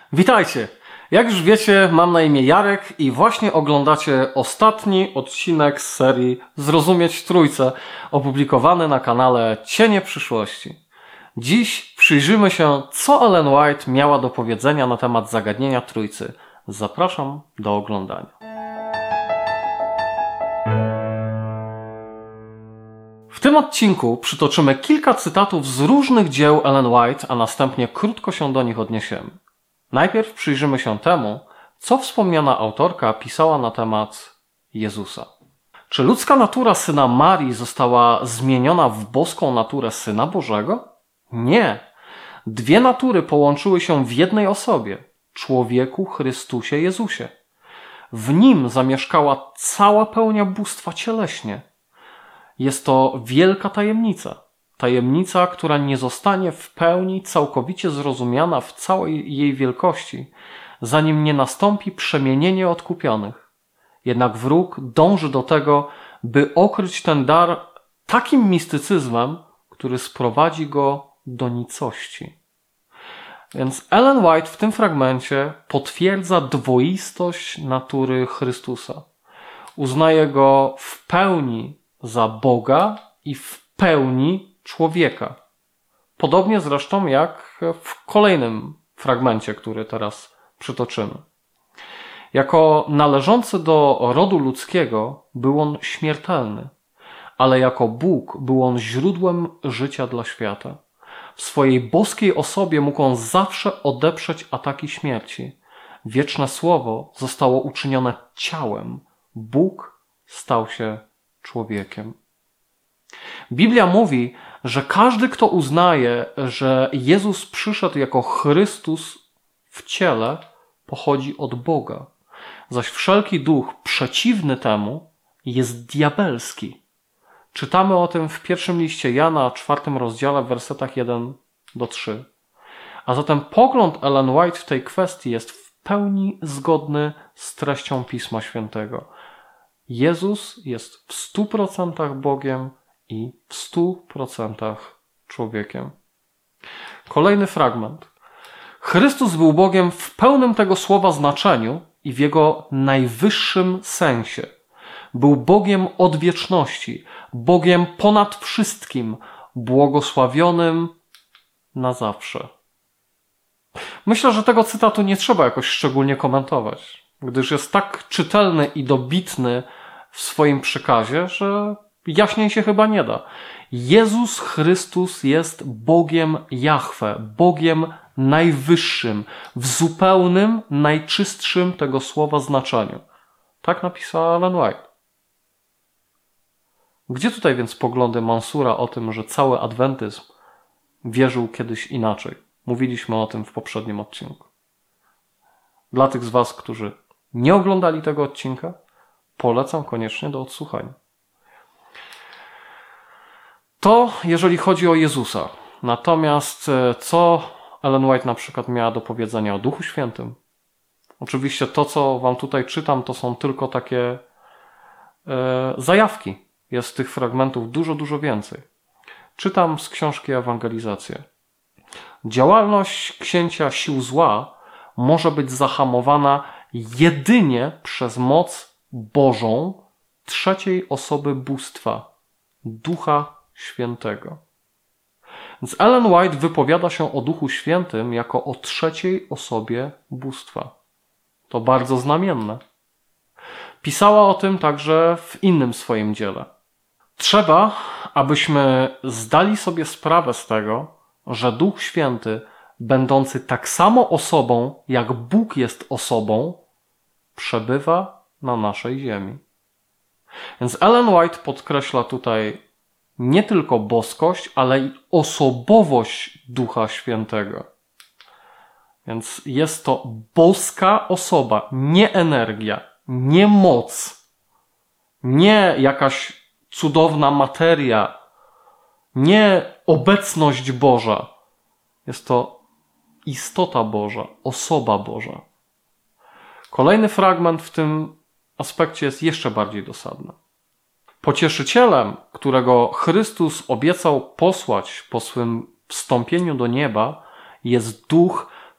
Witajcie! Jak już wiecie, mam na imię Jarek i właśnie oglądacie ostatni odcinek z serii Zrozumieć Trójcę, opublikowany na kanale Cienie Przyszłości. Dziś przyjrzymy się, co Ellen White miała do powiedzenia na temat zagadnienia Trójcy. Zapraszam do oglądania. W tym odcinku przytoczymy kilka cytatów z różnych dzieł Ellen White, a następnie krótko się do nich odniesiemy. Najpierw przyjrzymy się temu, co wspomniana autorka pisała na temat Jezusa. Czy ludzka natura Syna Marii została zmieniona w boską naturę Syna Bożego? Nie. Dwie natury połączyły się w jednej osobie, człowieku Chrystusie Jezusie. W Nim zamieszkała cała pełnia bóstwa cieleśnie. Jest to wielka tajemnica. Tajemnica, która nie zostanie w pełni całkowicie zrozumiana w całej jej wielkości, zanim nie nastąpi przemienienie odkupionych. Jednak wróg dąży do tego, by okryć ten dar takim mistycyzmem, który sprowadzi go do nicości. Więc Ellen White w tym fragmencie potwierdza dwoistość natury Chrystusa. Uznaje go w pełni za Boga i w pełni człowieka. Podobnie zresztą jak w kolejnym fragmencie, który teraz przytoczymy. Jako należący do rodu ludzkiego był on śmiertelny, ale jako Bóg był on źródłem życia dla świata. W swojej boskiej osobie mógł on zawsze odeprzeć ataki śmierci. Wieczne Słowo zostało uczynione ciałem. Bóg stał się człowiekiem. Biblia mówi, że każdy, kto uznaje, że Jezus przyszedł jako Chrystus w ciele, pochodzi od Boga. Zaś wszelki duch przeciwny temu jest diabelski. Czytamy o tym w pierwszym liście Jana, 4 rozdziale, w wersetach 1-3. A zatem pogląd Ellen White w tej kwestii jest w pełni zgodny z treścią Pisma Świętego. Jezus jest w 100% Bogiem i w 100% człowiekiem. Kolejny fragment. Chrystus był Bogiem w pełnym tego słowa znaczeniu i w jego najwyższym sensie. Był Bogiem od wieczności, Bogiem ponad wszystkim, błogosławionym na zawsze. Myślę, że tego cytatu nie trzeba jakoś szczególnie komentować, gdyż jest tak czytelny i dobitny w swoim przekazie, że jaśniej się chyba nie da. Jezus Chrystus jest Bogiem Jahwe, Bogiem najwyższym, w zupełnym, najczystszym tego słowa znaczeniu. Tak napisała Ellen White. Gdzie tutaj więc poglądy Mansura o tym, że cały adwentyzm wierzył kiedyś inaczej? Mówiliśmy o tym w poprzednim odcinku. Dla tych z was, którzy nie oglądali tego odcinka, polecam koniecznie do odsłuchania. To jeżeli chodzi o Jezusa. Natomiast co Ellen White na przykład miała do powiedzenia o Duchu Świętym? Oczywiście to, co wam tutaj czytam, to są tylko takie zajawki. Jest tych fragmentów dużo, dużo więcej. Czytam z książki Ewangelizację. Działalność księcia sił zła może być zahamowana jedynie przez moc Bożą trzeciej osoby bóstwa, Ducha Świętego. Więc Ellen White wypowiada się o Duchu Świętym jako o trzeciej osobie bóstwa. To bardzo znamienne. Pisała o tym także w innym swoim dziele. Trzeba, abyśmy zdali sobie sprawę z tego, że Duch Święty, będący tak samo osobą, jak Bóg jest osobą, przebywa na naszej ziemi. Więc Ellen White podkreśla tutaj nie tylko boskość, ale i osobowość Ducha Świętego. Więc jest to boska osoba, nie energia, nie moc, nie jakaś cudowna materia, nie obecność Boża. Jest to istota Boża, osoba Boża. Kolejny fragment w tym aspekcie jest jeszcze bardziej dosadny. Pocieszycielem, którego Chrystus obiecał posłać po swym wstąpieniu do nieba, jest Duch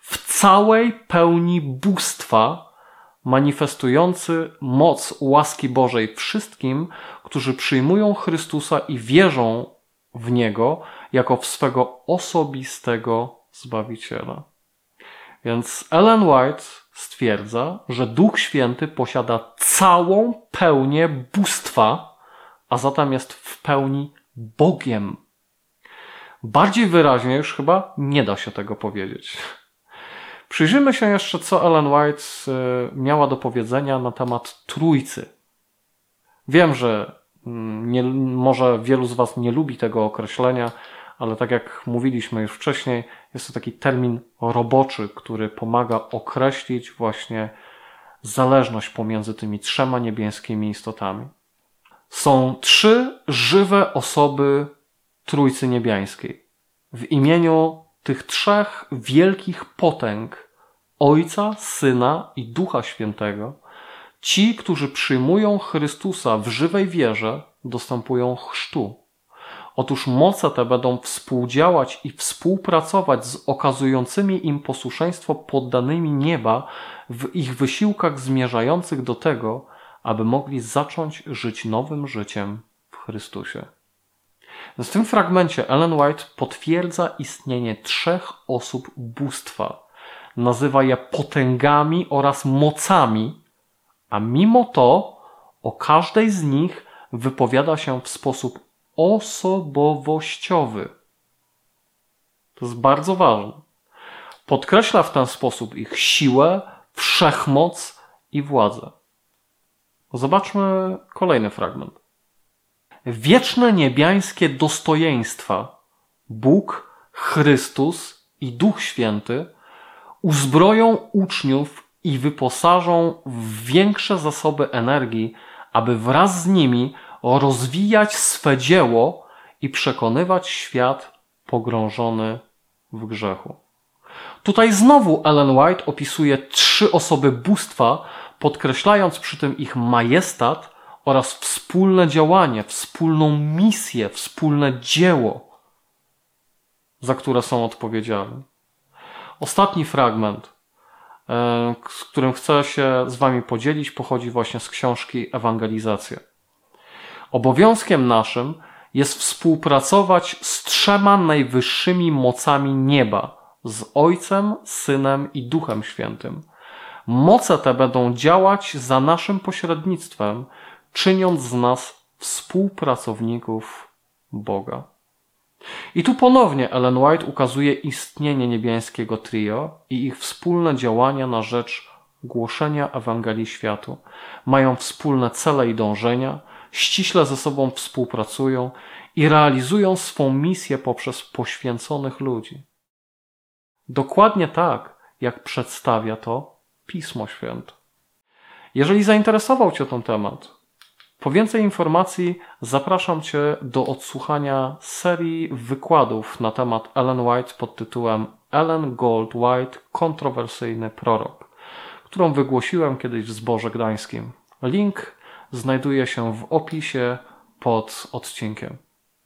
w całej pełni bóstwa, manifestujący moc łaski Bożej wszystkim, którzy przyjmują Chrystusa i wierzą w Niego jako w swego osobistego Zbawiciela. Więc Ellen White stwierdza, że Duch Święty posiada całą pełnię bóstwa, a zatem jest w pełni Bogiem. Bardziej wyraźnie już chyba nie da się tego powiedzieć. Przyjrzyjmy się jeszcze, co Ellen White miała do powiedzenia na temat Trójcy. Wiem, że może wielu z Was nie lubi tego określenia, ale tak jak mówiliśmy już wcześniej, jest to taki termin roboczy, który pomaga określić właśnie zależność pomiędzy tymi trzema niebieskimi istotami. Są trzy żywe osoby Trójcy Niebiańskiej. W imieniu tych trzech wielkich potęg, Ojca, Syna i Ducha Świętego, ci, którzy przyjmują Chrystusa w żywej wierze, dostępują chrztu. Otóż moce te będą współdziałać i współpracować z okazującymi im posłuszeństwo poddanymi nieba w ich wysiłkach zmierzających do tego, aby mogli zacząć żyć nowym życiem w Chrystusie. W tym fragmencie Ellen White potwierdza istnienie trzech osób bóstwa. Nazywa je potęgami oraz mocami, a mimo to o każdej z nich wypowiada się w sposób osobowościowy. To jest bardzo ważne. Podkreśla w ten sposób ich siłę, wszechmoc i władzę. Zobaczmy kolejny fragment. Wieczne niebiańskie dostojeństwa Bóg, Chrystus i Duch Święty uzbroją uczniów i wyposażą w większe zasoby energii, aby wraz z nimi rozwijać swe dzieło i przekonywać świat pogrążony w grzechu. Tutaj znowu Ellen White opisuje trzy osoby bóstwa, podkreślając przy tym ich majestat oraz wspólne działanie, wspólną misję, wspólne dzieło, za które są odpowiedzialni. Ostatni fragment, z którym chcę się z Wami podzielić, pochodzi właśnie z książki Ewangelizacja. Obowiązkiem naszym jest współpracować z trzema najwyższymi mocami nieba, z Ojcem, Synem i Duchem Świętym. Moce te będą działać za naszym pośrednictwem, czyniąc z nas współpracowników Boga. I tu ponownie Ellen White ukazuje istnienie niebiańskiego trio i ich wspólne działania na rzecz głoszenia Ewangelii światu. Mają wspólne cele i dążenia, ściśle ze sobą współpracują i realizują swą misję poprzez poświęconych ludzi. Dokładnie tak, jak przedstawia to Pismo Święte. Jeżeli zainteresował Cię ten temat, po więcej informacji zapraszam Cię do odsłuchania serii wykładów na temat Ellen White pod tytułem Ellen Gold White – Kontrowersyjny prorok, którą wygłosiłem kiedyś w Zborze Gdańskim. Link znajduje się w opisie pod odcinkiem.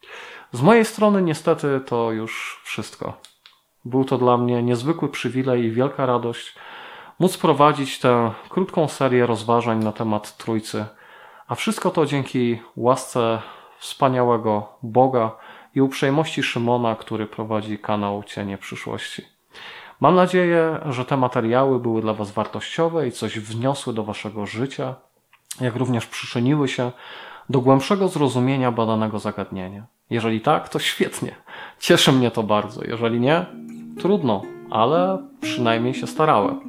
Z mojej strony niestety to już wszystko. Był to dla mnie niezwykły przywilej i wielka radość móc prowadzić tę krótką serię rozważań na temat Trójcy, a wszystko to dzięki łasce wspaniałego Boga i uprzejmości Szymona, który prowadzi kanał Cienie Przyszłości. Mam nadzieję, że te materiały były dla Was wartościowe i coś wniosły do Waszego życia, jak również przyczyniły się do głębszego zrozumienia badanego zagadnienia. Jeżeli tak, to świetnie. Cieszy mnie to bardzo. Jeżeli nie, trudno, ale przynajmniej się starałem.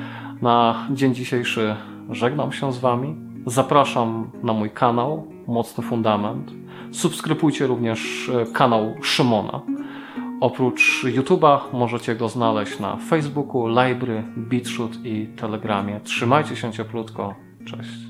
Na dzień dzisiejszy żegnam się z Wami. Zapraszam na mój kanał Mocny Fundament. Subskrybujcie również kanał Szymona. Oprócz YouTube'a możecie go znaleźć na Facebooku, Library, BitChute i Telegramie. Trzymajcie się cieplutko. Cześć.